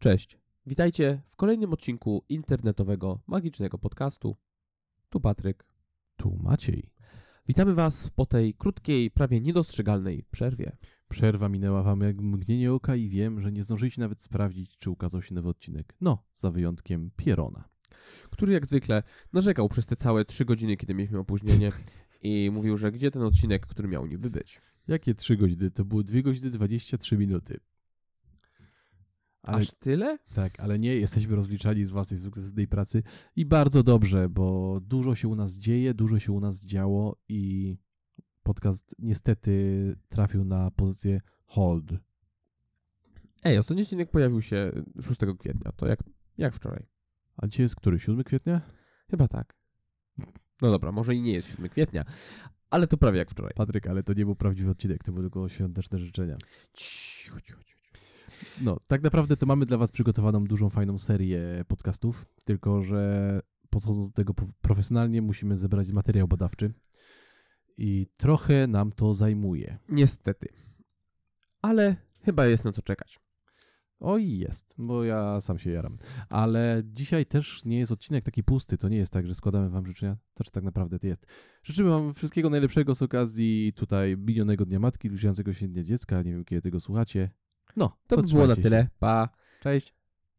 Cześć, witajcie w kolejnym odcinku internetowego, magicznego podcastu. Tu Patryk. Tu Maciej. Witamy Was po tej krótkiej, prawie niedostrzegalnej przerwie. Przerwa minęła wam jak mgnienie oka i wiem, że nie zdążyliście nawet sprawdzić, czy ukazał się nowy odcinek. No, za wyjątkiem Pierona. Który jak zwykle narzekał przez te całe 3 godziny, kiedy mieliśmy opóźnienie i mówił, że gdzie ten odcinek, który miał niby być. Jakie 3 godziny? To było 2 godziny 23 minuty. Ale, Aż tyle? tak, ale nie, jesteśmy rozliczani z własnej sukcesywnej pracy i bardzo dobrze, bo dużo się u nas dzieje, dużo się u nas działo i podcast niestety trafił na pozycję hold. Ostatni odcinek pojawił się 6 kwietnia, to jak wczoraj. A dzisiaj jest który? 7 kwietnia? Chyba tak. No dobra, może i nie jest 7 kwietnia, ale to prawie jak wczoraj. Patryk, ale to nie był prawdziwy odcinek, to były tylko świąteczne życzenia. Cicho. No, tak naprawdę to mamy dla was przygotowaną dużą, fajną serię podcastów, tylko że podchodząc do tego profesjonalnie musimy zebrać materiał badawczy i trochę nam to zajmuje. Niestety. Ale chyba jest na co czekać. Oj, jest, bo ja sam się jaram. Ale dzisiaj też nie jest odcinek taki pusty, to nie jest tak, że składamy wam życzenia, to czy tak naprawdę to jest. Życzymy wam wszystkiego najlepszego z okazji tutaj minionego Dnia Matki, zbliżającego się Dnia Dziecka, nie wiem kiedy tego słuchacie. No, To by było na trzymajcie tyle. się. Pa. Cześć.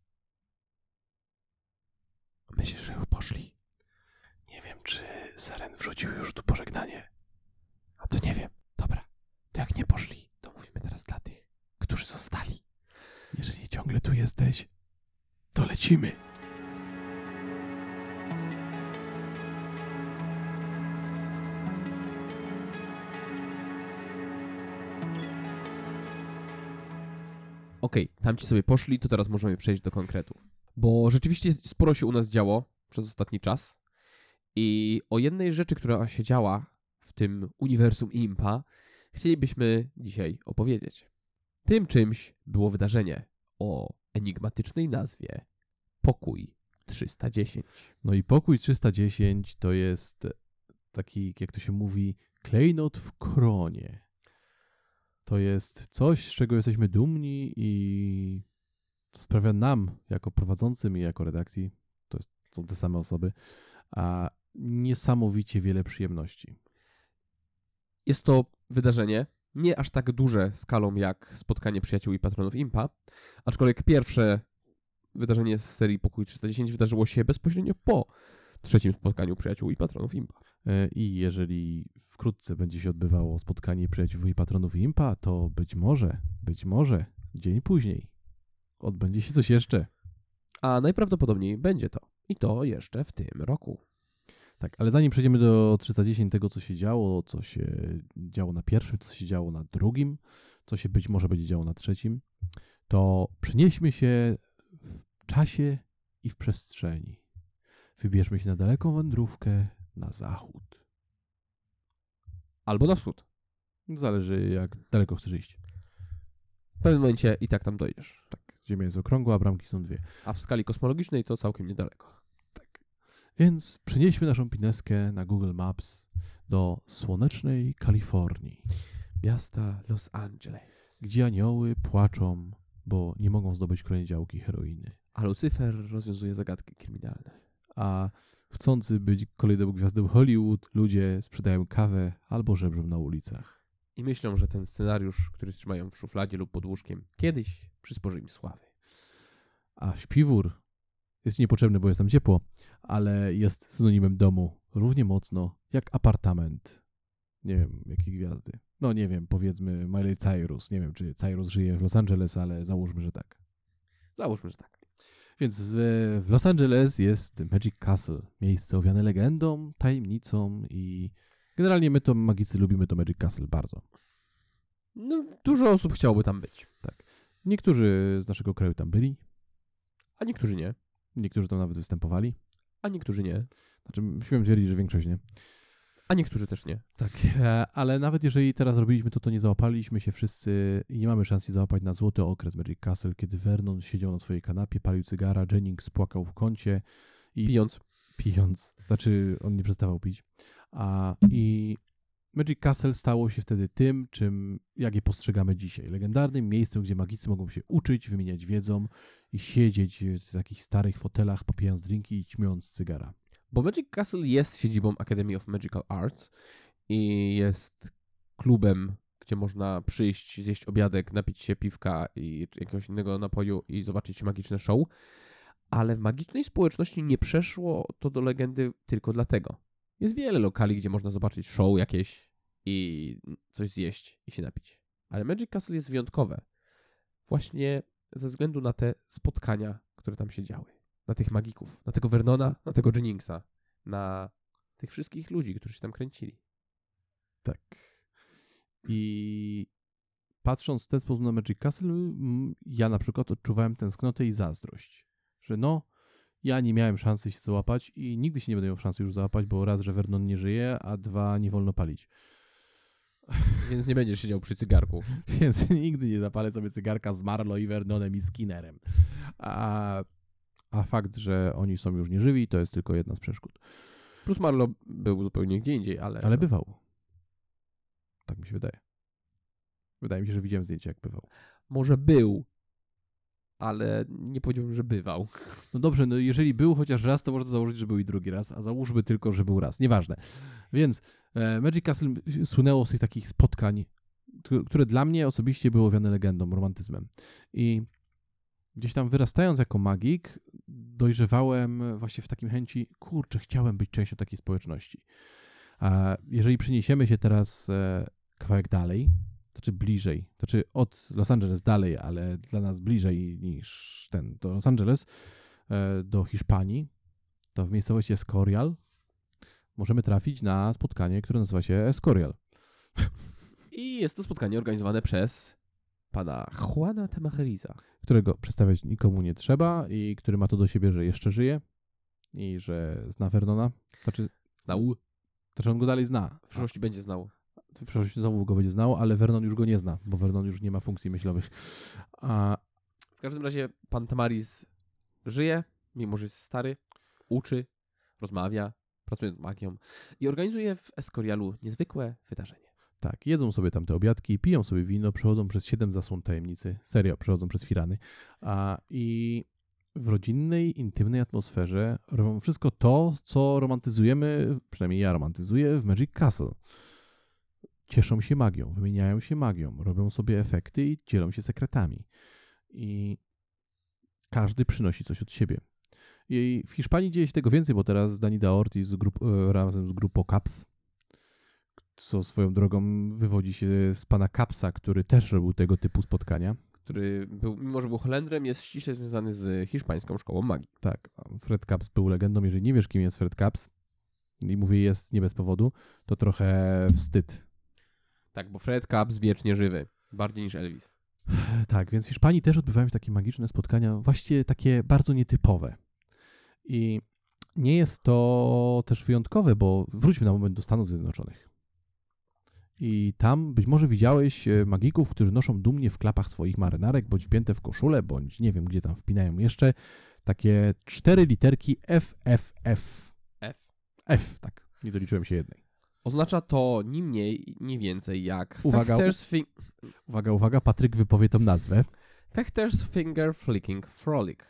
Myślisz, że już poszli? Nie wiem, czy Saren wrzucił już tu pożegnanie. A to nie wiem. Dobra. To jak nie poszli, to mówimy teraz dla tych, którzy zostali. Jeżeli ciągle tu jesteś, to lecimy. Okej, tamci sobie poszli, to teraz możemy przejść do konkretu. Bo rzeczywiście sporo się u nas działo przez ostatni czas. I o jednej rzeczy, która się działa w tym uniwersum Impa, chcielibyśmy dzisiaj opowiedzieć. Tym czymś było wydarzenie o enigmatycznej nazwie Pokój 310. No i Pokój 310 to jest taki, jak to się mówi, klejnot w kronie. To jest coś, z czego jesteśmy dumni i co sprawia nam, jako prowadzącym i jako redakcji, są te same osoby, a niesamowicie wiele przyjemności. Jest to wydarzenie nie aż tak duże skalą jak spotkanie przyjaciół i patronów Impa, aczkolwiek pierwsze wydarzenie z serii Pokój 310 wydarzyło się bezpośrednio po trzecim spotkaniu przyjaciół i patronów Impa. I jeżeli wkrótce będzie się odbywało spotkanie przyjaciół i patronów Impa, to być może dzień później odbędzie się coś jeszcze. A najprawdopodobniej będzie to. I to jeszcze w tym roku. Tak, ale zanim przejdziemy do 310, tego co się działo na pierwszym, co się działo na drugim, co się być może będzie działo na trzecim, to przenieśmy się w czasie i w przestrzeni. Wybierzmy się na daleką wędrówkę na zachód. Albo na wschód. Zależy jak daleko chcesz iść. W pewnym momencie i tak tam dojdziesz. Tak, Ziemia jest okrągła, a bramki są 2. A w skali kosmologicznej to całkiem niedaleko. Tak. Więc przenieśmy naszą pineskę na Google Maps do słonecznej Kalifornii, Miasta Los Angeles. gdzie anioły płaczą, bo nie mogą zdobyć kolejnej działki heroiny. A Lucyfer rozwiązuje zagadki kryminalne. A chcący być kolejną gwiazdą Hollywood, ludzie sprzedają kawę albo żebrzą na ulicach. I myślą, że ten scenariusz, który trzymają w szufladzie lub pod łóżkiem, kiedyś przysporzy im sławy. A śpiwór jest niepotrzebny, bo jest tam ciepło, ale jest synonimem domu równie mocno jak apartament. Nie wiem, jakiej gwiazdy. No nie wiem, powiedzmy Miley Cyrus. Nie wiem, czy Cyrus żyje w Los Angeles, ale załóżmy, że tak. Załóżmy, że tak. Więc w Los Angeles jest Magic Castle. Miejsce owiane legendą, tajemnicą i generalnie my to magicy lubimy to Magic Castle bardzo. No, dużo osób chciałoby tam być. Tak. Niektórzy z naszego kraju tam byli, A niektórzy nie. niektórzy tam nawet występowali. A niektórzy nie. Znaczy, śmiem twierdzić, że większość nie. A niektórzy też nie. Tak, ale nawet jeżeli teraz robiliśmy to, to nie załapaliśmy się wszyscy i nie mamy szansy załapać na złoty okres Magic Castle, kiedy Vernon siedział na swojej kanapie, palił cygara, Jennings płakał w kącie i Pijąc. pijąc, znaczy on nie przestawał pić. I Magic Castle stało się wtedy tym, jak je postrzegamy dzisiaj. Legendarnym miejscem, gdzie magicy mogą się uczyć, wymieniać wiedzą i siedzieć w takich starych fotelach, popijając drinki i ćmiąc cygara. Bo Magic Castle jest siedzibą Academy of Magical Arts i jest klubem, gdzie można przyjść, zjeść obiadek, napić się piwka i jakiegoś innego napoju i zobaczyć magiczne show, ale w magicznej społeczności nie przeszło to do legendy tylko dlatego. Jest wiele lokali, gdzie można zobaczyć show jakieś i coś zjeść i się napić. Ale Magic Castle jest wyjątkowe właśnie ze względu na te spotkania, które tam się działy. Na tych magików, na tego Vernona, na tego Jenningsa, na tych wszystkich ludzi, którzy się tam kręcili. Tak. I patrząc w ten sposób na Magic Castle, ja na przykład odczuwałem tęsknotę i zazdrość. Że ja nie miałem szansy się załapać i nigdy się nie będę miał szansy już załapać, bo raz, że Vernon nie żyje, a dwa, nie wolno palić. Więc nie będziesz siedział przy cygarku. Więc nigdy nie zapalę sobie cygarka z Marlo i Vernonem i Skinnerem. A fakt, że oni są już nieżywi, to jest tylko jedna z przeszkód. Plus Marlo był zupełnie gdzie indziej, ale... Ale bywał. Tak mi się wydaje. Wydaje mi się, że widziałem zdjęcie, jak bywał. Może był, ale nie powiedziałbym, że bywał. No dobrze, jeżeli był chociaż raz, to można założyć, że był i drugi raz, a załóżmy tylko, że był raz. Nieważne. Więc Magic Castle słynęło z tych takich spotkań, które dla mnie osobiście były owiane legendą, romantyzmem. I gdzieś tam wyrastając jako magik, dojrzewałem właśnie w takim chęci, kurczę, chciałem być częścią takiej społeczności. A jeżeli przeniesiemy się teraz kawałek dalej, to znaczy bliżej, to znaczy od Los Angeles dalej, ale dla nas bliżej niż do Los Angeles, do Hiszpanii, to w miejscowości Escorial możemy trafić na spotkanie, które nazywa się Escorial. I jest to spotkanie organizowane przez pana Juana Temacheriza, którego przedstawiać nikomu nie trzeba i który ma to do siebie, że jeszcze żyje i że zna Vernona. Znał. Znaczy on go dalej zna. W przyszłości będzie znał. W przyszłości znowu go będzie znał, ale Vernon już go nie zna, bo Vernon już nie ma funkcji myślowych. W każdym razie pan Tamariz żyje, mimo że jest stary, uczy, rozmawia, pracuje nad magią i organizuje w Escorialu niezwykłe wydarzenie. Tak, jedzą sobie tam te obiadki, piją sobie wino, przechodzą przez 7 zasłon tajemnicy. Serio, przechodzą przez firany. I w rodzinnej, intymnej atmosferze robią wszystko to, co romantyzujemy, przynajmniej ja romantyzuję, w Magic Castle. Cieszą się magią, wymieniają się magią, robią sobie efekty i dzielą się sekretami. I każdy przynosi coś od siebie. I w Hiszpanii dzieje się tego więcej, bo teraz Danida Ortiz razem z grupą Caps, co swoją drogą wywodzi się z pana Capsa, który też robił tego typu spotkania. Który był, mimo że był Holendrem, jest ściśle związany z hiszpańską szkołą magii. Tak, Fred Caps był legendą. Jeżeli nie wiesz, kim jest Fred Caps, i mówię jest nie bez powodu, to trochę wstyd. Tak, bo Fred Caps wiecznie żywy. Bardziej niż Elvis. Tak, więc w Hiszpanii też odbywają się takie magiczne spotkania, właściwie takie bardzo nietypowe. I nie jest to też wyjątkowe, bo wróćmy na moment do Stanów Zjednoczonych. I tam być może widziałeś magików, którzy noszą dumnie w klapach swoich marynarek, bądź wpięte w koszulę, bądź nie wiem, gdzie tam wpinają jeszcze, takie 4 literki FFF. F, tak. Nie doliczyłem się jednej. Oznacza to ni mniej, ni więcej jak Uwaga, Patryk wypowie tą nazwę. Fechter's Finger Flicking Frolic.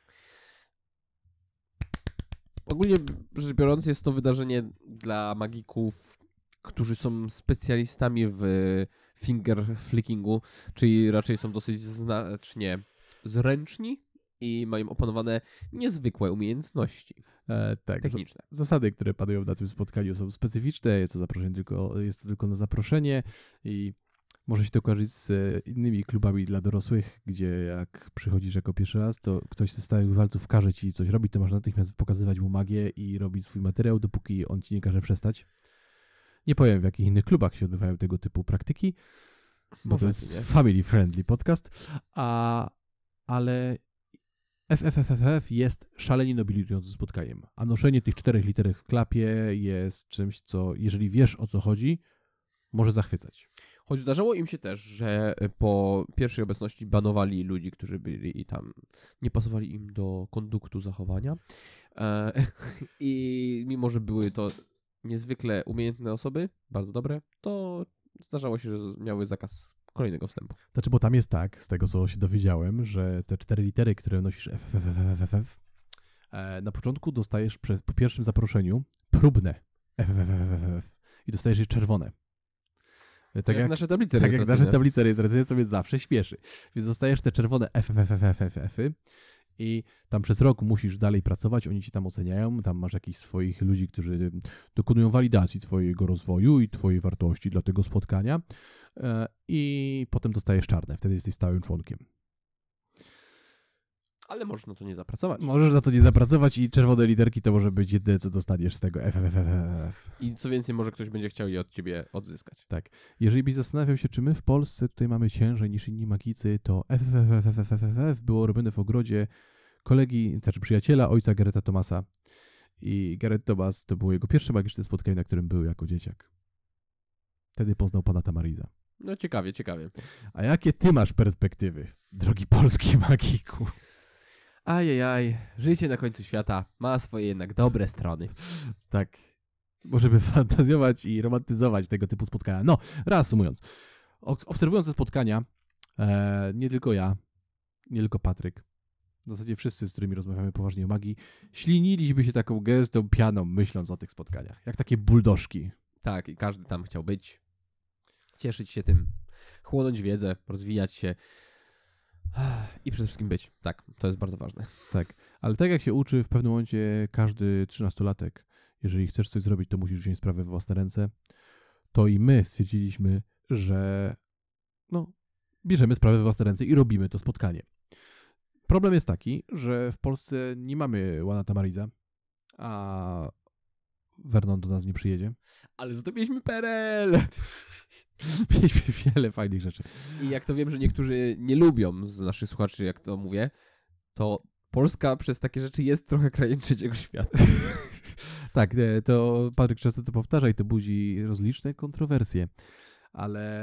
Ogólnie rzecz biorąc jest to wydarzenie dla magików, którzy są specjalistami w finger flickingu, czyli raczej są dosyć znacznie zręczni i mają opanowane niezwykłe umiejętności techniczne. Zasady, które panują na tym spotkaniu są specyficzne, jest to tylko na zaproszenie i może się to kojarzyć z innymi klubami dla dorosłych, gdzie jak przychodzisz jako pierwszy raz, to ktoś ze stałych walców każe ci coś robić, to masz natychmiast pokazywać mu magię i robić swój materiał, dopóki on ci nie każe przestać. Nie powiem, w jakich innych klubach się odbywają tego typu praktyki, bo to jest family friendly podcast, ale FFFF jest szalenie nobilitującym spotkaniem, a noszenie tych 4 literek w klapie jest czymś, co jeżeli wiesz, o co chodzi, może zachwycać. Choć zdarzało im się też, że po pierwszej obecności banowali ludzi, którzy byli tam, nie pasowali im do konduktu zachowania. I mimo, że były to niezwykle umiejętne osoby, bardzo dobre, to zdarzało się, że miały zakaz kolejnego wstępu. Znaczy, bo tam jest tak, z tego co się dowiedziałem, że te 4 litery, które nosisz FFFFF, na początku dostajesz po pierwszym zaproszeniu próbne FFFFF i dostajesz je czerwone. Tak jak nasze tablice Tak jak rejestracyjne. nasze tablice rejestracyjne, co mnie zawsze śpieszy. Więc dostajesz te czerwone FFFFF i tam przez rok musisz dalej pracować, oni ci tam oceniają, tam masz jakichś swoich ludzi, którzy dokonują walidacji twojego rozwoju i twojej wartości dla tego spotkania i potem dostajesz czarne, wtedy jesteś stałym członkiem. Ale możesz na to nie zapracować. Możesz na to nie zapracować i czerwone literki to może być jedyne, co dostaniesz z tego FFFFF. I co więcej, może ktoś będzie chciał je od ciebie odzyskać. Tak. Jeżeli byś zastanawiał się, czy my w Polsce tutaj mamy ciężej niż inni magicy, to FFFFFF było robione w ogrodzie kolegi, znaczy przyjaciela ojca Garreta Thomasa. I Garret Thomas to było jego pierwsze magiczne spotkanie, na którym był jako dzieciak. Wtedy poznał pana Tamariza. No ciekawie. A jakie ty masz perspektywy, drogi polski magiku? Ajajaj, życie na końcu świata ma swoje jednak dobre strony. Tak. Możemy fantazjować i romantyzować tego typu spotkania. No, reasumując. Obserwując te spotkania, nie tylko ja, nie tylko Patryk, w zasadzie wszyscy, z którymi rozmawiamy poważnie o magii, śliniliśmy się taką gęstą pianą, myśląc o tych spotkaniach. Jak takie buldożki. Tak, i każdy tam chciał być, cieszyć się tym, chłonąć wiedzę, rozwijać się i przede wszystkim być. Tak, to jest bardzo ważne. Tak, ale tak jak się uczy w pewnym momencie każdy 13-latek, jeżeli chcesz coś zrobić, to musisz wziąć sprawę w własne ręce, to i my stwierdziliśmy, że bierzemy sprawę w własne ręce i robimy to spotkanie. Problem jest taki, że w Polsce nie mamy Łana Tamariza, a Vernon do nas nie przyjedzie. Ale za to mieliśmy PRL! Mieliśmy wiele fajnych rzeczy. I jak to wiem, że niektórzy nie lubią z naszych słuchaczy, jak to mówię, to Polska przez takie rzeczy jest trochę krajem trzeciego świata. Tak, to Patryk często to powtarza i to budzi rozliczne kontrowersje, ale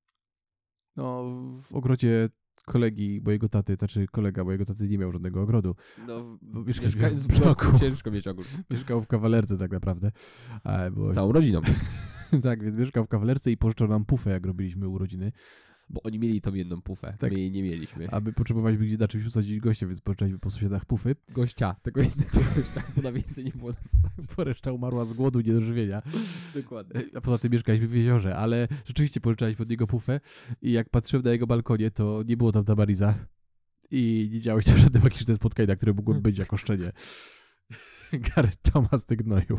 w ogrodzie kolegi mojego taty, znaczy kolega mojego taty nie miał żadnego ogrodu. No, Mieszkając w bloku ciężko mieć ogród. Mieszkał w kawalerce tak naprawdę. Z całą rodziną. Tak, więc mieszkał w kawalerce i pożyczał nam pufę, jak robiliśmy urodziny. Bo oni mieli tą jedną pufę, tak. My jej nie mieliśmy. A my potrzebowaliśmy gdzie na czymś usadzić gościa, więc pożyczaliśmy po sąsiadach pufy. Gościa, tego jednego gościa, bo na więcej nie było nas. Bo reszta umarła z głodu, niedożywienia. Dokładnie. A poza tym mieszkaliśmy w jeziorze, ale rzeczywiście pożyczaliśmy od niego pufę i jak patrzyłem na jego balkonie, to nie było tam Tamariza i nie działo się żadne magiczne spotkanie, na które mogłem być jako szczenie. Garret Thomas ty gnoju.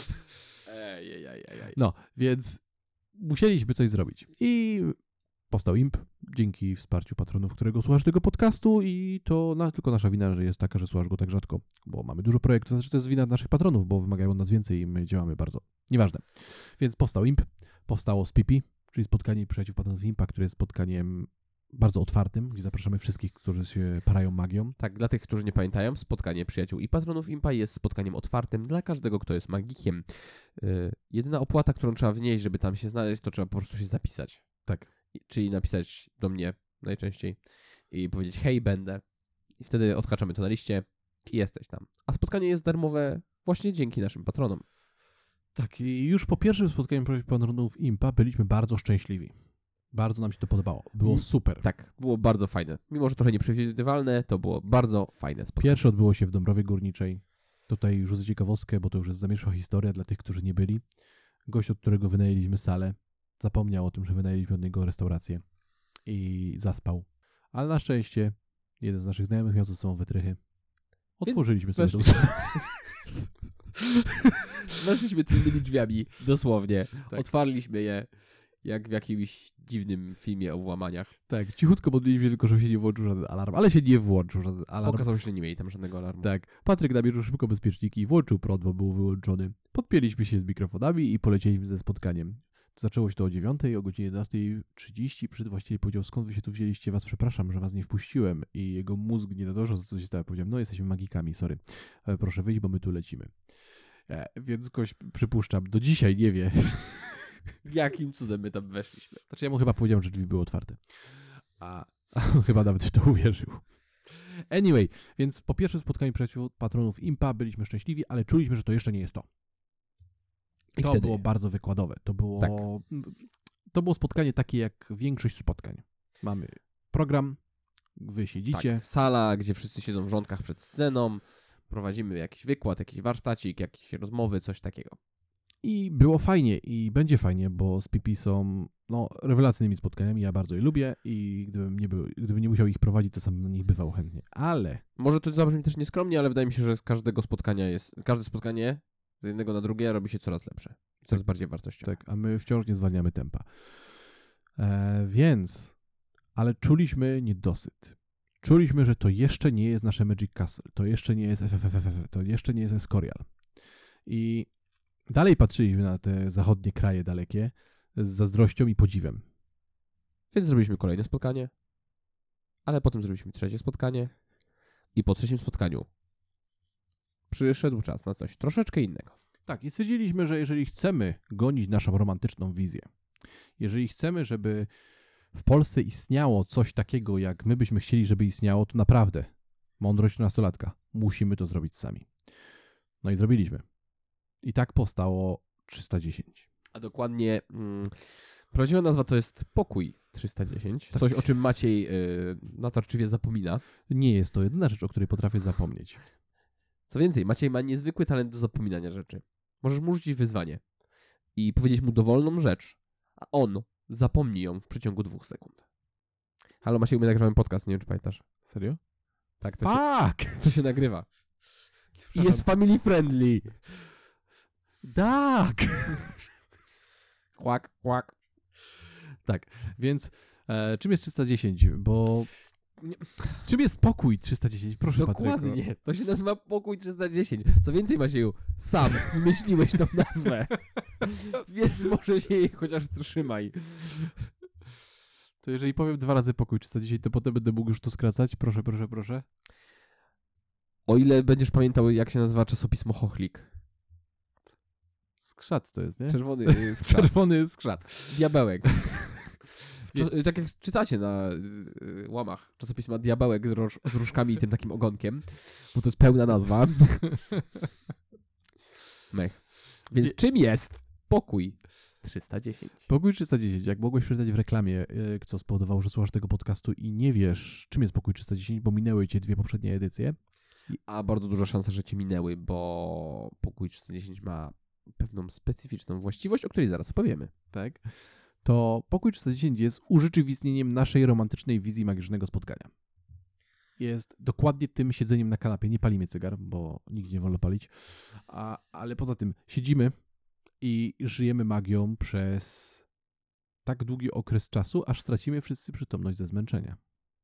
No, więc musieliśmy coś zrobić. I powstał IMP dzięki wsparciu patronów, którego słuchasz tego podcastu i to tylko nasza wina, że jest taka, że słuchasz go tak rzadko, bo mamy dużo projektów. Znaczy to jest wina naszych patronów, bo wymagają od nas więcej i my działamy bardzo. Nieważne. Więc powstał IMP, powstało SPP, czyli spotkanie przyjaciół patronów IMPA, które jest spotkaniem bardzo otwartym, gdzie zapraszamy wszystkich, którzy się parają magią. Tak, dla tych, którzy nie pamiętają, spotkanie przyjaciół i patronów IMPA jest spotkaniem otwartym dla każdego, kto jest magikiem. Jedyna opłata, którą trzeba wnieść, żeby tam się znaleźć, to trzeba po prostu się zapisać. Tak. Czyli napisać do mnie najczęściej i powiedzieć hej, będę. I wtedy odhaczamy to na liście i jesteś tam. A spotkanie jest darmowe właśnie dzięki naszym patronom. Tak, i już po pierwszym spotkaniu patronów IMPA byliśmy bardzo szczęśliwi. Bardzo nam się to podobało. Było super. Tak, było bardzo fajne. Mimo, że trochę nieprzewidywalne, to było bardzo fajne spotkanie. Pierwsze odbyło się w Dąbrowie Górniczej. Tutaj rzucę ciekawostkę, bo to już jest zamieszła historia dla tych, którzy nie byli. Gość, od którego wynajęliśmy salę, zapomniał o tym, że wynajęliśmy od niego restaurację i zaspał. Ale na szczęście jeden z naszych znajomych miał ze sobą wytrychy. Otworzyliśmy sobie tą salę. Weszliśmy tylnymi drzwiami, dosłownie. Tak. Otwarliśmy je, jak w jakimś dziwnym filmie o włamaniach. Tak, cichutko modliliśmy tylko, żeby się nie włączył żaden alarm, ale się nie włączył żaden alarm. Okazało się, że nie mieli tam żadnego alarmu. Tak, Patryk nabierzył szybko bezpieczniki i włączył prąd, bo był wyłączony. Podpięliśmy się z mikrofonami i polecieliśmy ze spotkaniem. Zaczęło się to o 9:00, o godzinie 11:30 przed właściciel powiedział, skąd wy się tu wzięliście, was przepraszam, że was nie wpuściłem i jego mózg nie nadążył, co się stało. Powiedziałem, no jesteśmy magikami, sorry, proszę wyjść, bo my tu lecimy. Więc ktoś, przypuszczam, do dzisiaj nie wie. Jakim cudem my tam weszliśmy? Znaczy ja mu chyba powiedziałem, że drzwi były otwarte. A on chyba nawet w to uwierzył. Anyway, więc po pierwszym spotkaniu przyjaciół patronów IMPA byliśmy szczęśliwi, ale czuliśmy, że to jeszcze nie jest to. I to wtedy- było bardzo wykładowe. Tak. To było spotkanie takie jak większość spotkań. Mamy program, wy siedzicie. Tak, sala, gdzie wszyscy siedzą w rządkach przed sceną, prowadzimy jakiś wykład, jakiś warsztacik, jakieś rozmowy, coś takiego. I było fajnie i będzie fajnie, bo z PP są rewelacyjnymi spotkaniami, ja bardzo je lubię i gdybym nie musiał ich prowadzić, to sam na nich bywał chętnie. Ale Może to zabrzmi też nieskromnie, ale wydaje mi się, że z każdego spotkania każde spotkanie z jednego na drugie robi się coraz lepsze, coraz bardziej wartościowe. tak, a my wciąż nie zwalniamy tempa. Ale czuliśmy niedosyt. Czuliśmy, że to jeszcze nie jest nasze Magic Castle, to jeszcze nie jest FFFF, to jeszcze nie jest Escorial. I dalej patrzyliśmy na te zachodnie kraje dalekie z zazdrością i podziwem. Więc zrobiliśmy kolejne spotkanie, ale potem zrobiliśmy trzecie spotkanie i po trzecim spotkaniu przyszedł czas na coś troszeczkę innego. Tak, i stwierdziliśmy, że jeżeli chcemy gonić naszą romantyczną wizję, jeżeli chcemy, żeby w Polsce istniało coś takiego, jak my byśmy chcieli, żeby istniało, to naprawdę, mądrość nastolatka, musimy to zrobić sami. No i zrobiliśmy. I tak powstało 310. A dokładnie prawdziwa nazwa to jest Pokój 310, Tak. coś o czym Maciej natarczywie zapomina. Nie jest to jedyna rzecz, o której potrafię zapomnieć. Co więcej, Maciej ma niezwykły talent do zapominania rzeczy. Możesz mu rzucić wyzwanie i powiedzieć mu dowolną rzecz, a on zapomni ją w przeciągu 2 sekund. Halo Maciej, my nagrywamy podcast, nie wiem czy pamiętasz. Serio? Tak, Fuck! to się nagrywa. I jest family friendly. Tak! Kłak, kłak. Tak, więc czym jest 310? Bo... Czym jest pokój 310? Proszę, Patryku. Dokładnie, to się nazywa Pokój 310. Co więcej Macieju, sam wymyśliłeś tą nazwę. Więc może się jej chociaż trzymaj. To jeżeli powiem 2 razy pokój 310, to potem będę mógł już to skracać? Proszę, proszę, proszę. O ile będziesz pamiętał, jak się nazywa czasopismo Chochlik. Skrzat to jest, nie? Czerwony skrzat. Czerwony skrzat. Diabełek. Tak jak czytacie na łamach czasopisma Diabełek z różkami i tym takim ogonkiem, bo to jest pełna nazwa. Mech. Więc czym jest Pokój 310? Pokój 310, jak mogłeś przeczytać w reklamie, co spowodowało, że słuchasz tego podcastu i nie wiesz, czym jest Pokój 310, bo minęły cię 2 poprzednie edycje. A bardzo duża szansa, że ci minęły, bo Pokój 310 ma pewną specyficzną właściwość, o której zaraz opowiemy. Tak? To Pokój 310 jest urzeczywistnieniem naszej romantycznej wizji magicznego spotkania. Jest dokładnie tym siedzeniem na kanapie. Nie palimy cygar, bo nikt nie wolno palić. Ale poza tym siedzimy i żyjemy magią przez tak długi okres czasu, aż stracimy wszyscy przytomność ze zmęczenia.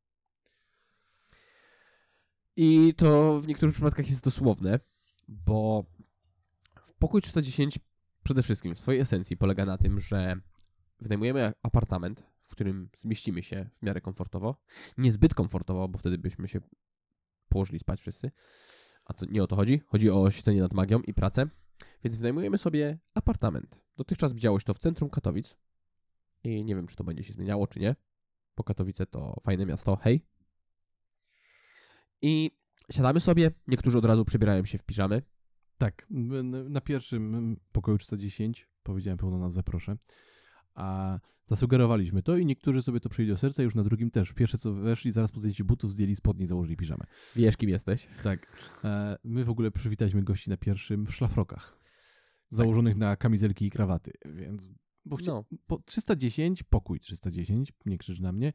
I to w niektórych przypadkach jest dosłowne, bo Pokój 310 przede wszystkim w swojej esencji polega na tym, że wynajmujemy apartament, w którym zmieścimy się w miarę komfortowo. Niezbyt komfortowo, bo wtedy byśmy się położyli spać wszyscy. A to nie o to chodzi. Chodzi o siedzenie nad magią i pracę. Więc wynajmujemy sobie apartament. Dotychczas działo się to w centrum Katowic. I nie wiem, czy to będzie się zmieniało, czy nie. Bo Katowice to fajne miasto. Hej. I siadamy sobie. Niektórzy od razu przebierają się w piżamy. Tak, na pierwszym Pokoju 310, powiedziałem pełną nazwę, proszę, a zasugerowaliśmy to i niektórzy sobie to przyjęli do serca, już na drugim też. Pierwsze co weszli, zaraz po zdjęciu butów zdjęli spodnie i założyli piżamę. Wiesz, kim jesteś. Tak, my w ogóle przywitaliśmy gości na pierwszym w szlafrokach, założonych na kamizelki i krawaty, więc... Po 310, Pokój 310, nie krzycz na mnie,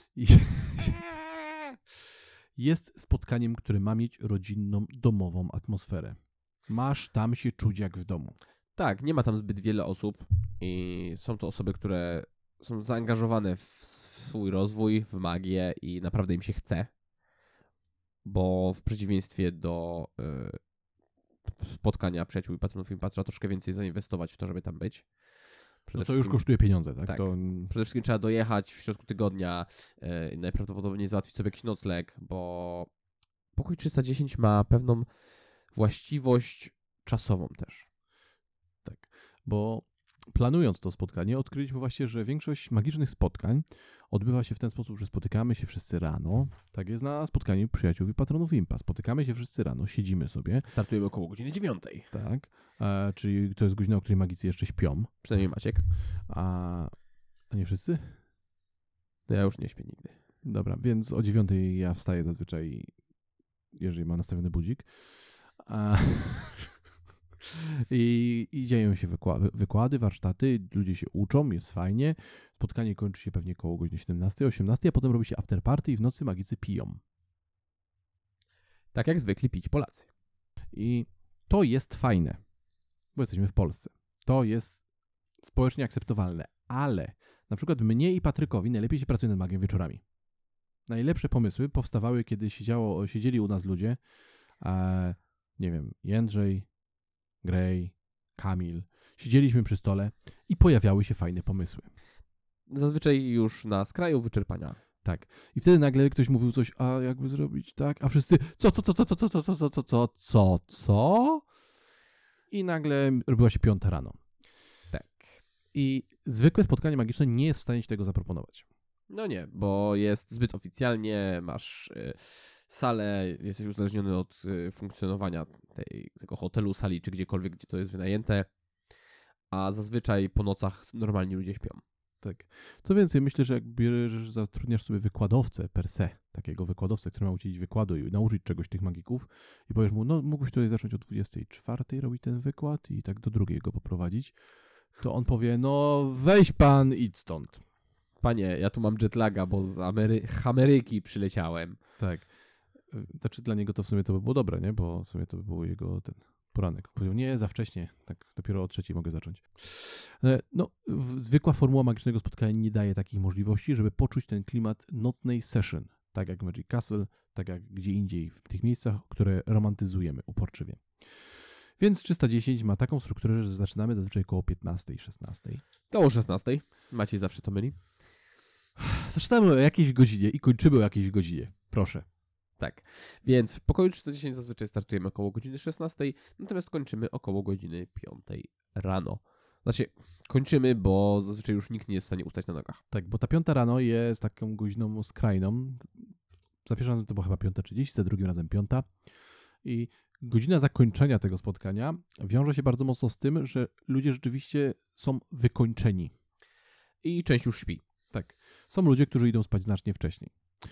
jest spotkaniem, które ma mieć rodzinną, domową atmosferę. Masz tam się czuć jak w domu. Tak, nie ma tam zbyt wiele osób i są to osoby, które są zaangażowane w swój rozwój, w magię i naprawdę im się chce, bo w przeciwieństwie do spotkania przyjaciół i patronów Impatra trzeba troszkę więcej zainwestować w to, żeby tam być. No to już kosztuje pieniądze, tak? Tak. To... Przede wszystkim trzeba dojechać w środku tygodnia, najprawdopodobniej załatwić sobie jakiś nocleg, bo Pokój 310 ma pewną właściwość czasową też. Tak, bo planując to spotkanie, odkryliśmy właśnie, że większość magicznych spotkań odbywa się w ten sposób, że spotykamy się wszyscy rano. Tak jest na spotkaniu przyjaciół i patronów Impa. Spotykamy się wszyscy rano, siedzimy sobie. Startujemy około godziny 9. Tak. Czyli to jest godzina, o której magicy jeszcze śpią. Przynajmniej Maciek. A nie wszyscy? Ja już nie śpię nigdy. Dobra, więc o 9 ja wstaję zazwyczaj, jeżeli mam nastawiony budzik. I dzieją się wykłady, warsztaty, ludzie się uczą, jest fajnie. Spotkanie kończy się pewnie koło godziny 17, 18, a potem robi się afterparty i w nocy magicy piją. Tak jak zwykli pić Polacy. I to jest fajne, bo jesteśmy w Polsce. To jest społecznie akceptowalne, ale na przykład mnie i Patrykowi najlepiej się pracuje nad magią wieczorami. Najlepsze pomysły powstawały, kiedy siedzieli u nas ludzie, nie wiem, Jędrzej, Gray, Kamil. Siedzieliśmy przy stole i pojawiały się fajne pomysły. Zazwyczaj już na skraju wyczerpania. Tak. I wtedy nagle ktoś mówił coś, a jakby zrobić tak, a wszyscy co? I nagle robiła się 5 rano. Tak. I zwykłe spotkanie magiczne nie jest w stanie ci tego zaproponować. No nie, bo jest zbyt oficjalnie, masz salę, jesteś uzależniony od funkcjonowania tego hotelu, sali czy gdziekolwiek, gdzie to jest wynajęte, a zazwyczaj po nocach normalni ludzie śpią. Tak. Co więcej, myślę, że jak bierzesz, zatrudniasz sobie wykładowcę per se, takiego wykładowcę, który ma udzielić wykładu i nauczyć czegoś tych magików i powiesz mu, no mógłbyś tutaj zacząć o 24 robić ten wykład i tak do 2 go poprowadzić, to on powie, no weź pan, idź stąd. Panie, ja tu mam jetlaga, bo z Ameryki przyleciałem. Tak. Znaczy dla niego to w sumie to by było dobre, nie? Bo w sumie to by było jego ten poranek. Powiedział, nie, za wcześnie, tak dopiero o 3 mogę zacząć. No, zwykła formuła magicznego spotkania nie daje takich możliwości, żeby poczuć ten klimat nocnej session, tak jak Magic Castle, tak jak gdzie indziej, w tych miejscach, które romantyzujemy uporczywie. Więc 310 ma taką strukturę, że zaczynamy zazwyczaj koło 15, 16. Koło 16. Maciej zawsze to myli. Zaczynamy o jakiejś godzinie i kończymy o jakiejś godzinie. Proszę. Tak, więc w pokoju 310 zazwyczaj startujemy około godziny 16, natomiast kończymy około godziny 5 rano. Znaczy, kończymy, bo zazwyczaj już nikt nie jest w stanie ustać na nogach. Tak, bo ta 5 rano jest taką godziną skrajną. Za pierwszym razem to była chyba 5:30, za drugim razem 5. I godzina zakończenia tego spotkania wiąże się bardzo mocno z tym, że ludzie rzeczywiście są wykończeni. I część już śpi. Tak. Są ludzie, którzy idą spać znacznie wcześniej.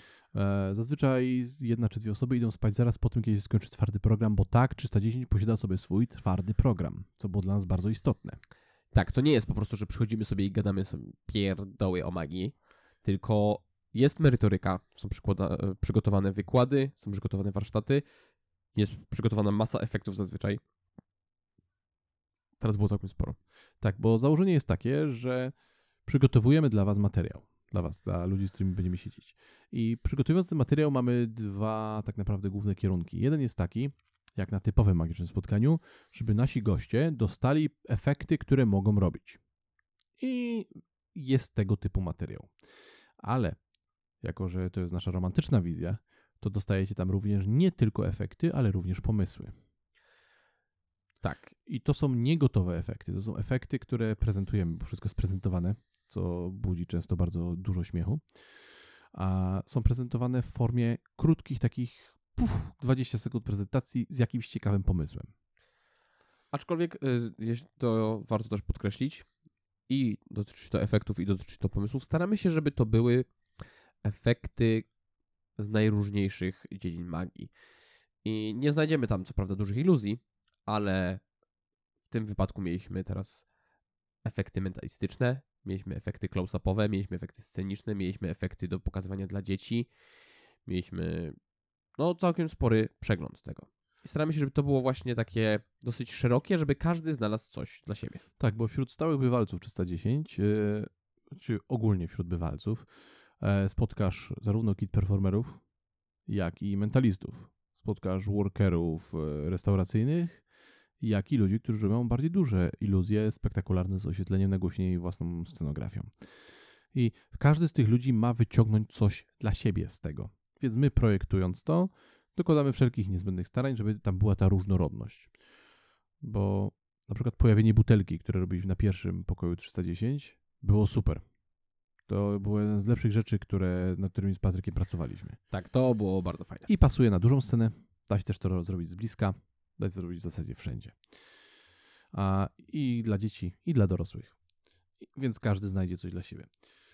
Zazwyczaj 1 czy 2 osoby idą spać zaraz po tym, kiedy się skończy twardy program, bo tak, 310 posiada sobie swój twardy program, co było dla nas bardzo istotne. Tak, to nie jest po prostu, że przychodzimy sobie i gadamy sobie pierdoły o magii, tylko jest merytoryka, są przygotowane wykłady, są przygotowane warsztaty, jest przygotowana masa efektów zazwyczaj. Teraz było całkiem sporo. Tak, bo założenie jest takie, że przygotowujemy dla was materiał. Dla was, dla ludzi, z którymi będziemy siedzieć. I przygotowując ten materiał mamy 2 tak naprawdę główne kierunki. Jeden jest taki, jak na typowym magicznym spotkaniu, żeby nasi goście dostali efekty, które mogą robić. I jest tego typu materiał. Ale jako, że to jest nasza romantyczna wizja, to dostajecie tam również nie tylko efekty, ale również pomysły. Tak. I to są niegotowe efekty. To są efekty, które prezentujemy, bo wszystko jest prezentowane, co budzi często bardzo dużo śmiechu. A są prezentowane w formie krótkich takich 20 sekund prezentacji z jakimś ciekawym pomysłem. Aczkolwiek to warto też podkreślić i dotyczy to efektów i dotyczy to pomysłów. Staramy się, żeby to były efekty z najróżniejszych dziedzin magii. I nie znajdziemy tam co prawda dużych iluzji, ale w tym wypadku mieliśmy teraz efekty mentalistyczne, mieliśmy efekty close-upowe, mieliśmy efekty sceniczne, mieliśmy efekty do pokazywania dla dzieci, mieliśmy całkiem spory przegląd tego. I staramy się, żeby to było właśnie takie dosyć szerokie, żeby każdy znalazł coś dla siebie. Tak, bo wśród stałych bywalców 310, czy ogólnie wśród bywalców, spotkasz zarówno kit performerów, jak i mentalistów. Spotkasz workerów restauracyjnych, jak i ludzi, którzy robią bardziej duże iluzje spektakularne z oświetleniem, nagłośnieniem i własną scenografią. I każdy z tych ludzi ma wyciągnąć coś dla siebie z tego. Więc my, projektując to, dokładamy wszelkich niezbędnych starań, żeby tam była ta różnorodność. Bo na przykład pojawienie butelki, które robiliśmy na pierwszym pokoju 310, było super. To było jeden z lepszych rzeczy, nad którymi z Patrykiem pracowaliśmy. Tak, to było bardzo fajne. I pasuje na dużą scenę. Da się też to zrobić z bliska. Da się to zrobić w zasadzie wszędzie. I dla dzieci, i dla dorosłych. Więc każdy znajdzie coś dla siebie.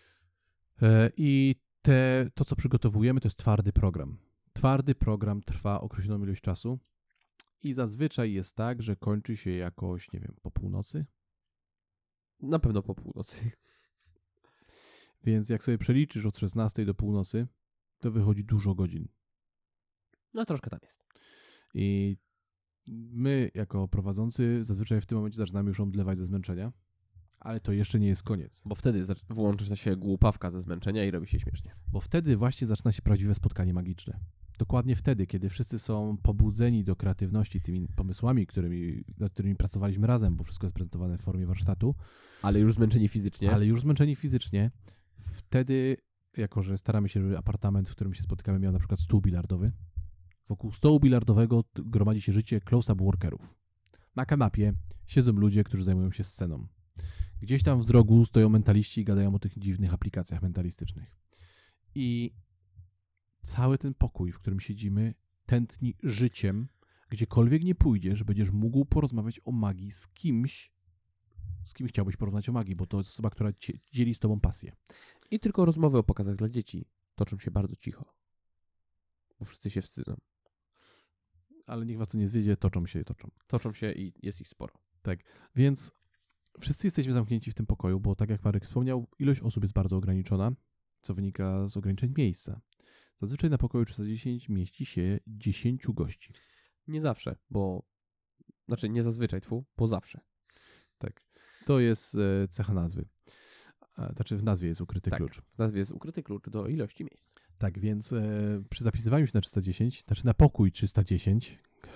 I to, co przygotowujemy, to jest twardy program. Twardy program trwa określoną ilość czasu i zazwyczaj jest tak, że kończy się jakoś, nie wiem, po północy. Na pewno po północy. Więc jak sobie przeliczysz od 16 do północy, to wychodzi dużo godzin. No troszkę tam jest. I my, jako prowadzący, zazwyczaj w tym momencie zaczynamy już omdlewać ze zmęczenia, ale to jeszcze nie jest koniec. Bo wtedy włącza się głupawka ze zmęczenia i robi się śmiesznie. Bo wtedy właśnie zaczyna się prawdziwe spotkanie magiczne. Dokładnie wtedy, kiedy wszyscy są pobudzeni do kreatywności tymi pomysłami, nad którymi pracowaliśmy razem, bo wszystko jest prezentowane w formie warsztatu. Ale już zmęczeni fizycznie. Wtedy, jako że staramy się, żeby apartament, w którym się spotykamy, miał na przykład stół bilardowy, wokół stołu bilardowego gromadzi się życie close-up workerów. Na kanapie siedzą ludzie, którzy zajmują się sceną. Gdzieś tam w rogu stoją mentaliści i gadają o tych dziwnych aplikacjach mentalistycznych. I cały ten pokój, w którym siedzimy, tętni życiem. Gdziekolwiek nie pójdziesz, będziesz mógł porozmawiać o magii z kimś, z kim chciałbyś porozmawiać o magii, bo to jest osoba, która dzieli z tobą pasję. I tylko rozmowy o pokazach dla dzieci toczą się bardzo cicho. Bo wszyscy się wstydzą. Ale niech was to nie zwiedzie, toczą się. Toczą się i jest ich sporo. Tak, więc wszyscy jesteśmy zamknięci w tym pokoju, bo tak jak Marek wspomniał, ilość osób jest bardzo ograniczona, co wynika z ograniczeń miejsca. Zazwyczaj na pokoju 310 mieści się 10 gości. Nie zawsze, nie zazwyczaj, bo zawsze. Tak, to jest cecha nazwy. Znaczy w nazwie jest ukryty klucz. W nazwie jest ukryty klucz do ilości miejsc. Tak, więc przy zapisywaniu się na 310, znaczy na pokój 310,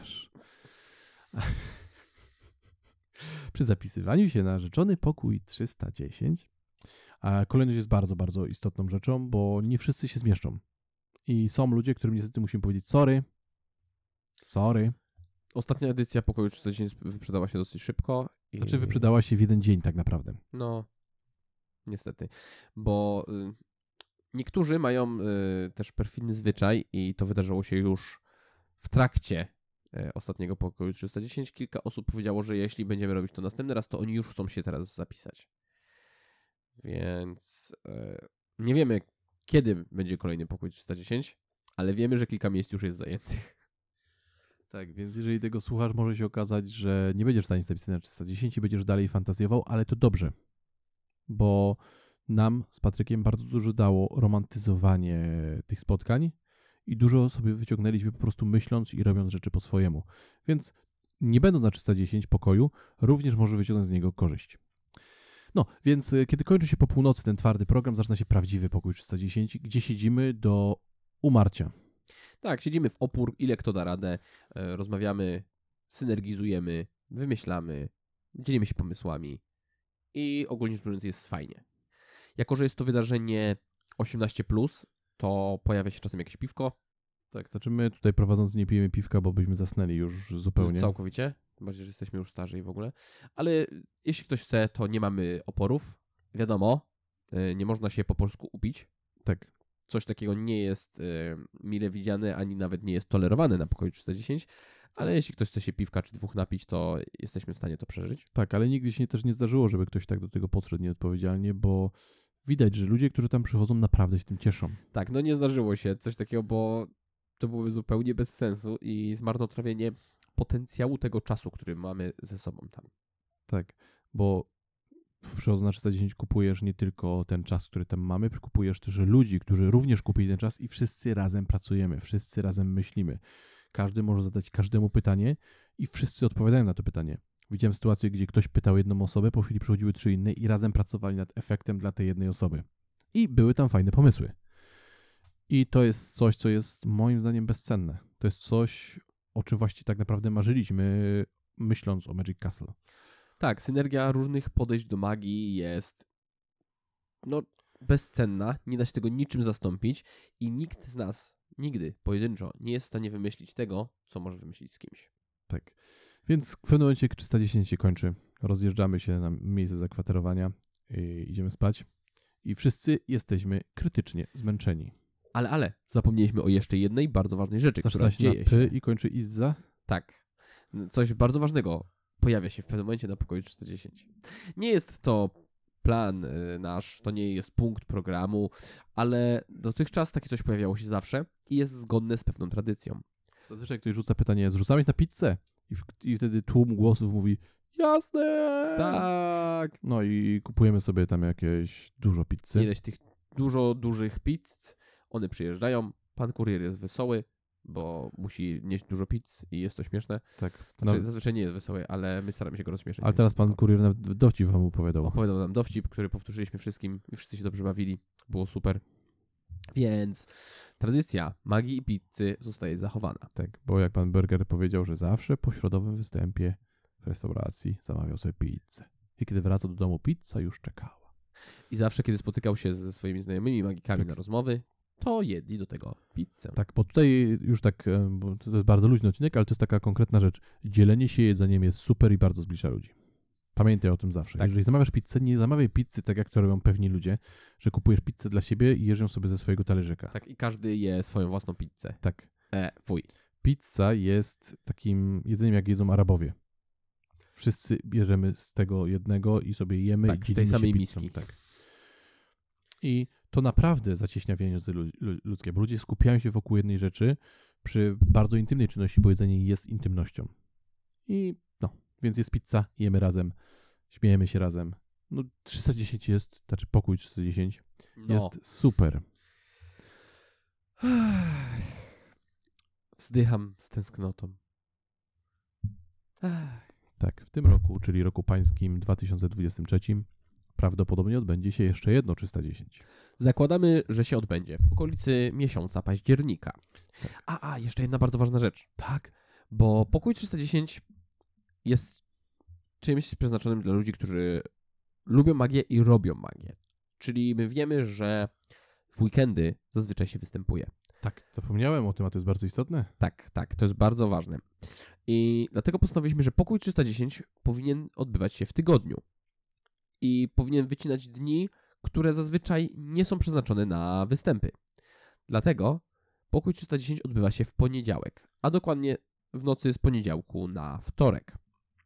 przy zapisywaniu się na rzeczony pokój 310, kolejność jest bardzo, bardzo istotną rzeczą, bo nie wszyscy się zmieszczą. I są ludzie, którym niestety musimy powiedzieć sorry. Ostatnia edycja pokoju 310 wyprzedała się dosyć szybko. Znaczy wyprzedała się w jeden dzień tak naprawdę. No, niestety, bo niektórzy mają też perfidny zwyczaj i to wydarzyło się już w trakcie ostatniego pokoju 310. Kilka osób powiedziało, że jeśli będziemy robić to następny raz, to oni już chcą się teraz zapisać. Więc nie wiemy, kiedy będzie kolejny pokój 310, ale wiemy, że kilka miejsc już jest zajętych. Tak, więc jeżeli tego słuchasz, może się okazać, że nie będziesz w stanie zapisać na 310 i będziesz dalej fantazjował, ale to dobrze, bo nam z Patrykiem bardzo dużo dało romantyzowanie tych spotkań i dużo sobie wyciągnęliśmy po prostu myśląc i robiąc rzeczy po swojemu. Więc nie będąc na 310 pokoju, również może wyciągnąć z niego korzyść. No, więc kiedy kończy się po północy ten twardy program, zaczyna się prawdziwy pokój 310, gdzie siedzimy do umarcia. Tak, siedzimy w opór, ile kto da radę, rozmawiamy, synergizujemy, wymyślamy, dzielimy się pomysłami i ogólnie rzecz biorąc jest fajnie. Jako że jest to wydarzenie 18+, to pojawia się czasem jakieś piwko. Tak, znaczy my tutaj prowadząc nie pijemy piwka, bo byśmy zasnęli już zupełnie. Całkowicie, tym bardziej, że jesteśmy już starzy i w ogóle. Ale jeśli ktoś chce, to nie mamy oporów. Wiadomo, nie można się po polsku upić. Tak. Coś takiego nie jest mile widziane, ani nawet nie jest tolerowane na pokoju 310, ale jeśli ktoś chce się piwka czy dwóch napić, to jesteśmy w stanie to przeżyć. Tak, ale nigdy się też nie zdarzyło, żeby ktoś tak do tego podszedł nieodpowiedzialnie, bo widać, że ludzie, którzy tam przychodzą, naprawdę się tym cieszą. Tak, no nie zdarzyło się coś takiego, bo to byłoby zupełnie bez sensu i zmarnotrawienie potencjału tego czasu, który mamy ze sobą tam. Tak, bo przychodząc na 310 kupujesz nie tylko ten czas, który tam mamy, kupujesz też ludzi, którzy również kupili ten czas i wszyscy razem pracujemy, wszyscy razem myślimy. Każdy może zadać każdemu pytanie i wszyscy odpowiadają na to pytanie. Widziałem sytuację, gdzie ktoś pytał jedną osobę, po chwili przychodziły 3 inne i razem pracowali nad efektem dla tej jednej osoby. I były tam fajne pomysły. I to jest coś, co jest moim zdaniem bezcenne. To jest coś, o czym właśnie tak naprawdę marzyliśmy, myśląc o Magic Castle. Tak, synergia różnych podejść do magii jest bezcenna, nie da się tego niczym zastąpić i nikt z nas nigdy pojedynczo nie jest w stanie wymyślić tego, co może wymyślić z kimś. Tak. Więc w pewnym momencie 310 się kończy. Rozjeżdżamy się na miejsce zakwaterowania i idziemy spać. I wszyscy jesteśmy krytycznie zmęczeni. Ale, zapomnieliśmy o jeszcze jednej bardzo ważnej rzeczy, która Zaczyna się dzieje na P się. i kończy Izza. Tak. Coś bardzo ważnego pojawia się w pewnym momencie na pokoju 310. Nie jest to plan nasz, to nie jest punkt programu, ale dotychczas takie coś pojawiało się zawsze i jest zgodne z pewną tradycją. Zazwyczaj ktoś rzuca pytanie, zrzucałeś na pizzę? I wtedy tłum głosów mówi, jasne! Tak. No i kupujemy sobie tam jakieś dużo pizzy. Ileś tych dużo dużych pizz, one przyjeżdżają, pan kurier jest wesoły, bo musi nieść dużo pizz i jest to śmieszne. Tak. Znaczy, zazwyczaj nie jest wesoły, ale my staramy się go rozśmieszyć. Ale teraz pan kurier nawet dowcip wam opowiadał. Opowiadał nam dowcip, który powtórzyliśmy wszystkim i wszyscy się dobrze bawili. Było super. Więc tradycja magii i pizzy zostaje zachowana. Tak, bo jak pan Burger powiedział, że zawsze po środowym występie w restauracji zamawiał sobie pizzę. I kiedy wracał do domu, pizza już czekała. I zawsze, kiedy spotykał się ze swoimi znajomymi magikami Tak. na rozmowy, to jedli do tego pizzę. Tak, bo tutaj już tak, bo to jest bardzo luźny odcinek, ale to jest taka konkretna rzecz. Dzielenie się jedzeniem jest super i bardzo zbliża ludzi. Pamiętaj o tym zawsze. Tak. Jeżeli zamawiasz pizzę, nie zamawiaj pizzy tak, jak to robią pewni ludzie, że kupujesz pizzę dla siebie i jesz ją sobie ze swojego talerzyka. Tak, i każdy je swoją własną pizzę. Tak. Fuj. Pizza jest takim jedzeniem, jak jedzą Arabowie. Wszyscy bierzemy z tego jednego i sobie jemy Tak, i z tej dzielimy się samej pizzą. miski. Tak. I to naprawdę zacieśnia więzy ludzkie, bo ludzie skupiają się wokół jednej rzeczy przy bardzo intymnej czynności, bo jedzenie jest intymnością. I no, więc jest pizza, jemy razem, śmiejemy się razem. No 310 jest, znaczy pokój 310 No. jest super. Wzdycham z tęsknotą. Tak, w tym roku, czyli roku pańskim 2023, prawdopodobnie odbędzie się jeszcze jedno 310. Zakładamy, że się odbędzie w okolicy miesiąca października. Jeszcze jedna bardzo ważna rzecz. Tak. Bo pokój 310 jest czymś przeznaczonym dla ludzi, którzy lubią magię i robią magię. Czyli my wiemy, że w weekendy zazwyczaj się występuje. Tak, zapomniałem o tym, a to jest bardzo istotne. Tak, to jest bardzo ważne. I dlatego postanowiliśmy, że pokój 310 powinien odbywać się w tygodniu. I powinien wycinać dni, które zazwyczaj nie są przeznaczone na występy. Dlatego pokój 310 odbywa się w poniedziałek, a dokładnie w nocy z poniedziałku na wtorek.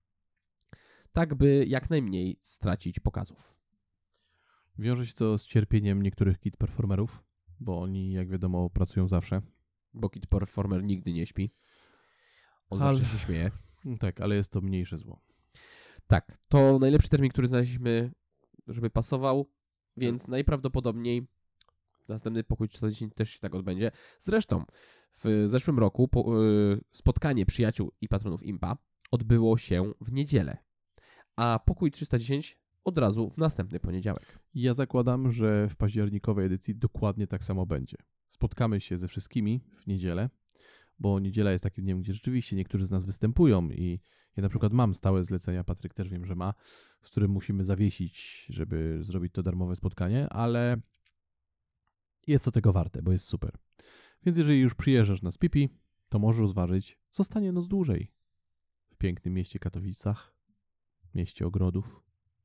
Tak, by jak najmniej stracić pokazów. Wiąże się to z cierpieniem niektórych kid performerów, bo oni, jak wiadomo, pracują zawsze. Bo Kid Performer nigdy nie śpi. On Ale- zawsze się śmieje. Tak, ale jest to mniejsze zło. Tak, to najlepszy termin, który znaleźliśmy, żeby pasował, więc najprawdopodobniej następny pokój 310 też się tak odbędzie. Zresztą w zeszłym roku spotkanie przyjaciół i patronów Impa odbyło się w niedzielę, a pokój 310 od razu w następny poniedziałek. Ja zakładam, że w październikowej edycji dokładnie tak samo będzie. Spotkamy się ze wszystkimi w niedzielę, bo niedziela jest takim dniem, gdzie rzeczywiście niektórzy z nas występują i ja na przykład mam stałe zlecenia, Patryk też wiem, że ma, z którym musimy zawiesić, żeby zrobić to darmowe spotkanie, ale jest to tego warte, bo jest super. Więc jeżeli już przyjeżdżasz na Spipi, to możesz rozważyć zostanie noc dłużej w pięknym mieście Katowicach, mieście ogrodów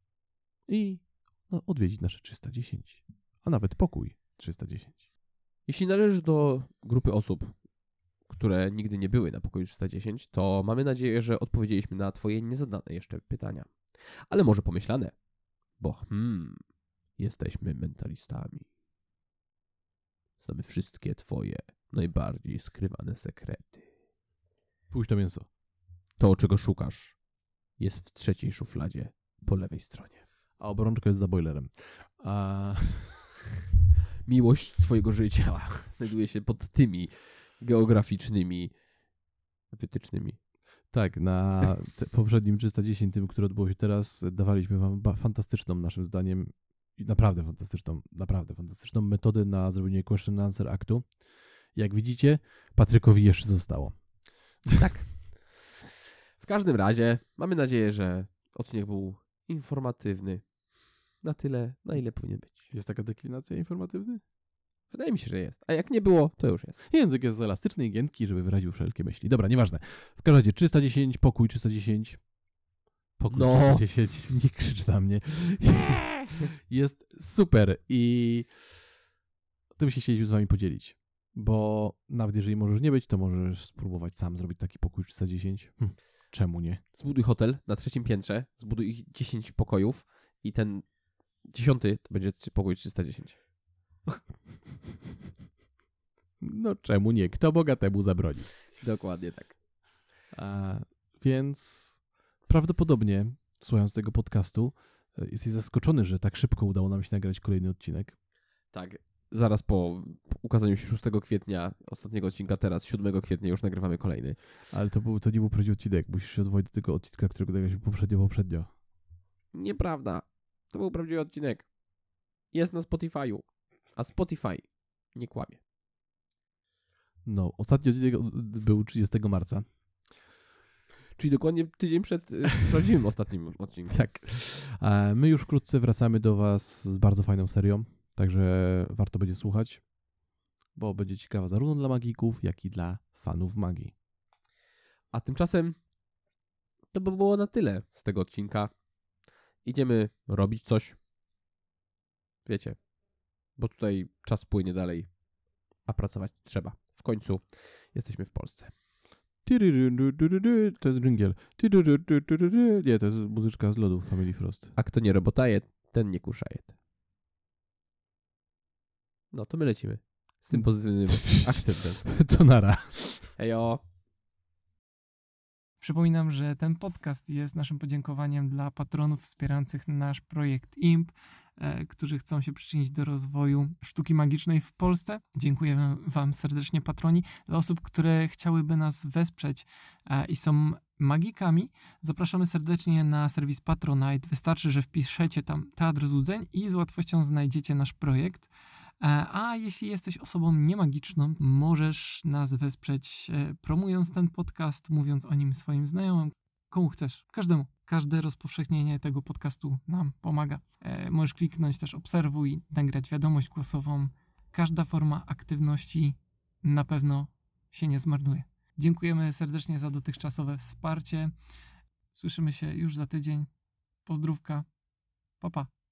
i odwiedzić nasze 310, a nawet pokój 310. Jeśli należysz do grupy osób, które nigdy nie były na pokoju 310, to mamy nadzieję, że odpowiedzieliśmy na twoje niezadane jeszcze pytania. Ale może pomyślane, bo jesteśmy mentalistami. Znamy wszystkie twoje najbardziej skrywane sekrety. Pójdź to mięso. To, czego szukasz, jest w trzeciej szufladzie po lewej stronie. A obrączka jest za boilerem. Miłość twojego życia znajduje się pod tymi geograficznymi wytycznymi. Tak, na poprzednim 310, tym, który odbyło się teraz, dawaliśmy wam fantastyczną, naszym zdaniem, i naprawdę fantastyczną metodę na zrobienie question and answer aktu. Jak widzicie, Patrykowi jeszcze zostało. Tak. W każdym razie mamy nadzieję, że odcinek był informatywny na tyle, na ile powinien być. Jest taka deklinacja informatywny? Wydaje mi się, że jest. A jak nie było, to już jest. Język jest elastyczny i giętki, żeby wyraził wszelkie myśli. Dobra, nieważne. W każdym razie 310, pokój 310. Pokój No. 310, nie krzycz na mnie. Jest super i tym się chcieliśmy z wami podzielić. Bo nawet jeżeli możesz nie być, to możesz spróbować sam zrobić taki pokój 310. Czemu nie? Zbuduj hotel na 3. piętrze, zbuduj ich 10 pokojów i ten 10 to będzie pokój 310. No czemu nie? Kto bogatemu zabroni? Dokładnie tak. Więc prawdopodobnie, słuchając tego podcastu, jesteś zaskoczony, że tak szybko udało nam się nagrać kolejny odcinek. Tak. Zaraz po ukazaniu się 6 kwietnia ostatniego odcinka, teraz 7 kwietnia już nagrywamy kolejny. Ale to nie był prawdziwy odcinek. Musisz się odwołać do tego odcinka, którego nagraliśmy poprzednio. Nieprawda. To był prawdziwy odcinek. Jest na Spotify'u. A Spotify nie kłamie. No, ostatni odcinek był 30 marca. Czyli dokładnie tydzień przed prawdziwym ostatnim odcinkiem. Tak. My już wkrótce wracamy do was z bardzo fajną serią, także warto będzie słuchać, bo będzie ciekawa zarówno dla magików, jak i dla fanów magii. A tymczasem to by było na tyle z tego odcinka. Idziemy robić coś. Wiecie, bo tutaj czas płynie dalej, a pracować trzeba. W końcu jesteśmy w Polsce. To jest dżingiel. Nie, to jest muzyczka z lodów Family Frost. A kto nie robotaje, ten nie kuszaje. No to my lecimy. Z tym pozytywnym akcentem. To nara. Hejo! Przypominam, że ten podcast jest naszym podziękowaniem dla patronów wspierających nasz projekt IMP, którzy chcą się przyczynić do rozwoju sztuki magicznej w Polsce. Dziękujemy wam serdecznie, patroni. Dla osób, które chciałyby nas wesprzeć i są magikami, zapraszamy serdecznie na serwis Patronite. Wystarczy, że wpiszecie tam Teatr Złudzeń i z łatwością znajdziecie nasz projekt. A jeśli jesteś osobą niemagiczną, możesz nas wesprzeć promując ten podcast, mówiąc o nim swoim znajomym, komu chcesz, każdemu. Każde rozpowszechnienie tego podcastu nam pomaga. Możesz kliknąć też obserwuj, nagrać wiadomość głosową. Każda forma aktywności na pewno się nie zmarnuje. Dziękujemy serdecznie za dotychczasowe wsparcie. Słyszymy się już za tydzień. Pozdrówka. Pa, pa.